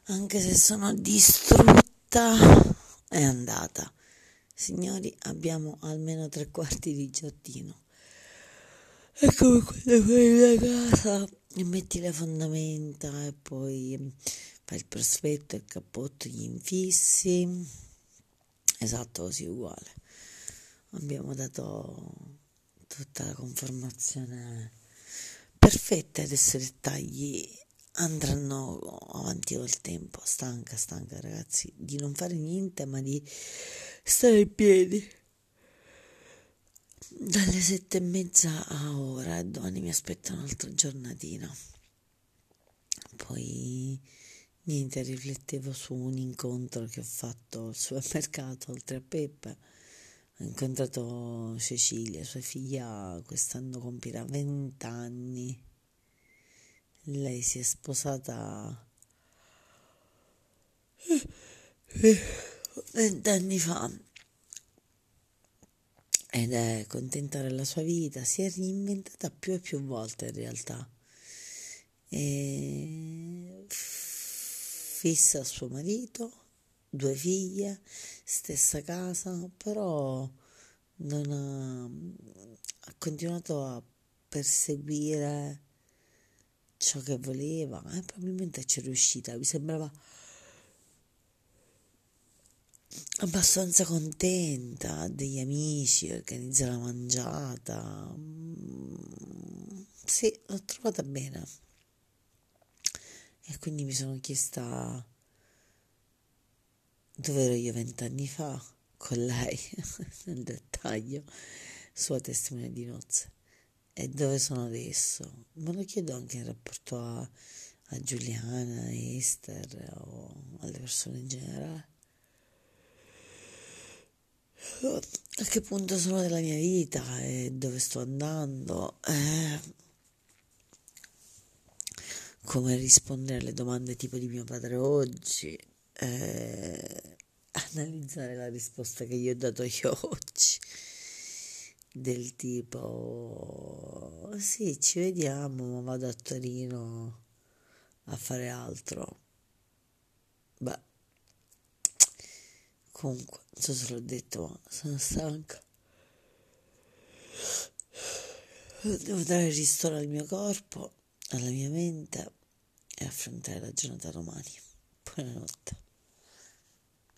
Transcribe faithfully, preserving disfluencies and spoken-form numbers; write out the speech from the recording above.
Anche se sono distrutta, è andata. Signori, abbiamo almeno tre quarti di giardino. È come quando fai una casa e metti le fondamenta e poi fai il prospetto, il cappotto, gli infissi. Esatto, così uguale. Abbiamo dato tutta la conformazione perfetta, adesso i dettagli andranno avanti col tempo. Stanca, stanca ragazzi, di non fare niente ma di stare in piedi dalle sette e mezza a ora, e domani mi aspetta un'altra giornatina. Poi niente, riflettevo su un incontro che ho fatto al supermercato oltre a Peppe. Ho incontrato Cecilia, sua figlia quest'anno compirà venti anni. Lei si è sposata vent'anni fa ed è contenta della sua vita, si è reinventata più e più volte in realtà. E fissa suo marito, due figlie, stessa casa, però non ha, ha continuato a perseguire ciò che voleva e probabilmente ci è riuscita. Mi sembrava abbastanza contenta, degli amici, organizza la mangiata. Sì, l'ho trovata bene. E quindi mi sono chiesta dove ero io vent'anni fa con lei, nel dettaglio, sua testimone di nozze, e dove sono adesso. Me lo chiedo anche in rapporto a, a Giuliana, a Esther o alle persone in generale. A che punto sono della mia vita e dove sto andando, eh, come rispondere alle domande tipo di mio padre oggi, eh, analizzare la risposta che gli ho dato io oggi, del tipo sì, ci vediamo, ma vado a Torino a fare altro. Beh, comunque, non so se l'ho detto, ma sono stanca. Devo dare ristoro al mio corpo, alla mia mente e affrontare la giornata domani. Buonanotte.